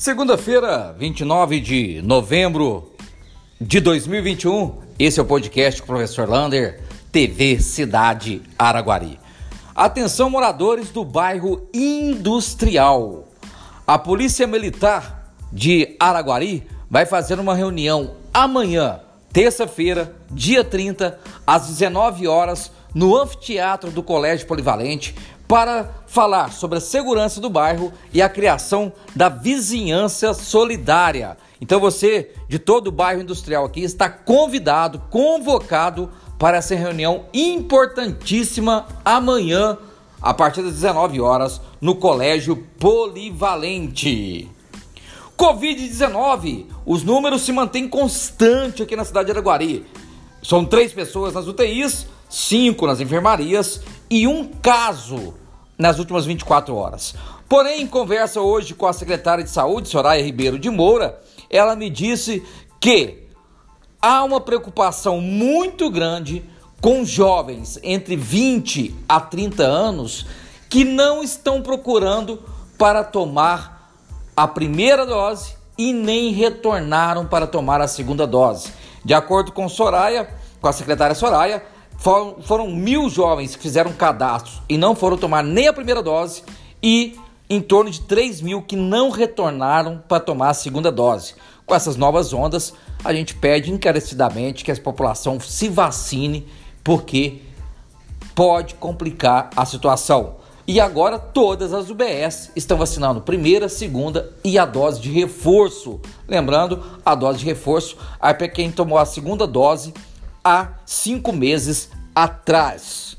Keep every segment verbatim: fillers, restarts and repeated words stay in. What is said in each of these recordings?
Segunda-feira, vinte e nove de novembro de dois mil e vinte e um, esse é o podcast com o professor Lander, T V Cidade Araguari. Atenção, moradores do bairro Industrial. A Polícia Militar de Araguari vai fazer uma reunião amanhã, terça-feira, dia trinta, às dezenove horas, no anfiteatro do Colégio Polivalente, para falar sobre a segurança do bairro e a criação da vizinhança solidária. Então você, de todo o bairro industrial aqui, está convidado, convocado para essa reunião importantíssima amanhã, a partir das dezenove horas, no Colégio Polivalente. covid dezenove, os números se mantêm constantes aqui na cidade de Araguari. São três pessoas nas U T Is, cinco nas enfermarias e um caso nas últimas vinte e quatro horas. Porém, em conversa hoje com a secretária de Saúde, Soraya Ribeiro de Moura, ela me disse que há uma preocupação muito grande com jovens entre vinte a trinta anos que não estão procurando para tomar a primeira dose e nem retornaram para tomar a segunda dose. De acordo com Soraya, com a secretária Soraya, foram, foram mil jovens que fizeram cadastro e não foram tomar nem a primeira dose e em torno de três mil que não retornaram para tomar a segunda dose. Com essas novas ondas, a gente pede encarecidamente que a população se vacine, porque pode complicar a situação. E agora todas as U B S estão vacinando primeira, segunda e a dose de reforço. Lembrando, a dose de reforço é para quem tomou a segunda dose há cinco meses atrás.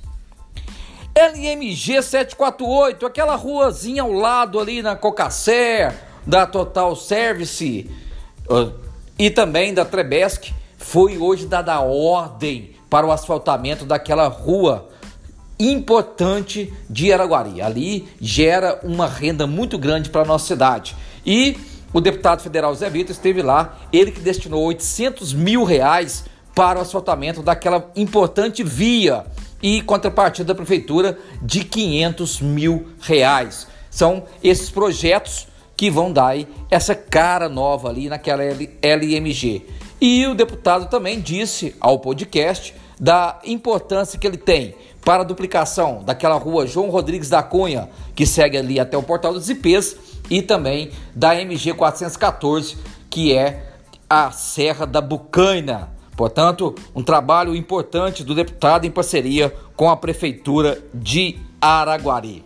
L M G setecentos e quarenta e oito, aquela ruazinha ao lado ali na Cocacer, da Total Service uh, e também da Trebesc, foi hoje dada ordem para o asfaltamento daquela rua importante de Araguari. Ali gera uma renda muito grande para a nossa cidade. E o deputado federal Zé Vitor esteve lá, ele que destinou oitocentos mil reais para o asfaltamento daquela importante via e contrapartida da prefeitura de quinhentos mil reais. São esses projetos que vão dar aí essa cara nova ali naquela L M G. E o deputado também disse ao podcast da importância que ele tem para a duplicação daquela rua João Rodrigues da Cunha, que segue ali até o Portal dos I Pês, e também da M G quatrocentos e quatorze, que é a Serra da Bucaina. Portanto, um trabalho importante do deputado em parceria com a Prefeitura de Araguari.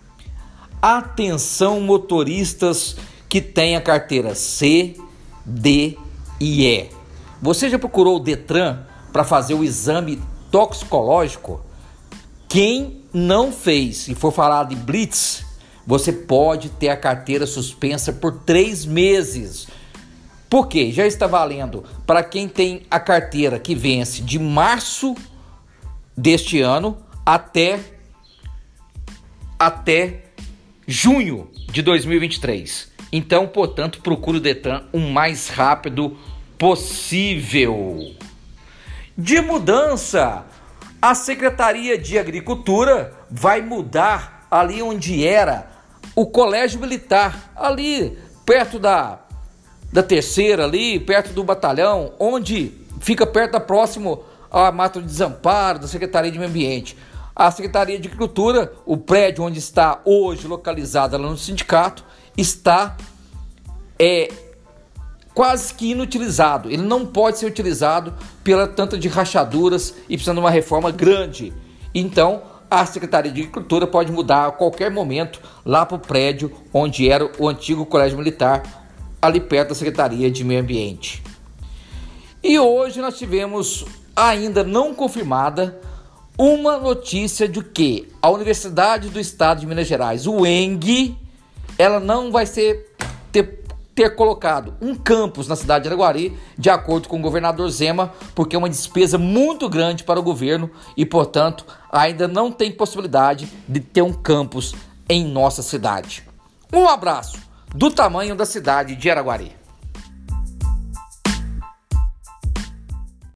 Atenção, motoristas que têm a carteira C, D e E. Você já procurou o Detran para fazer o exame toxicológico? Quem não fez e for falar de blitz, você pode ter a carteira suspensa por três meses. Por quê? Já está valendo para quem tem a carteira que vence de março deste ano até, até junho de dois mil e vinte e três. Então, portanto, procure o Detran o mais rápido possível. De mudança, a Secretaria de Agricultura vai mudar ali onde era o Colégio Militar, ali perto da, da terceira, ali perto do batalhão, onde fica perto da próximo à Mata de Desamparo, da Secretaria de Meio Ambiente. A Secretaria de Agricultura, o prédio onde está hoje localizada lá no sindicato, está é, quase que inutilizado. Ele não pode ser utilizado pela tanta de rachaduras e precisando de uma reforma grande. Então, a Secretaria de Agricultura pode mudar a qualquer momento lá para o prédio onde era o antigo Colégio Militar, ali perto da Secretaria de Meio Ambiente. E hoje nós tivemos, ainda não confirmada, uma notícia de que a Universidade do Estado de Minas Gerais, o U E N G, ela não vai ser, ter, ter colocado um campus na cidade de Araguari, de acordo com o governador Zema, porque é uma despesa muito grande para o governo e, portanto, ainda não tem possibilidade de ter um campus em nossa cidade. Um abraço do tamanho da cidade de Araguari.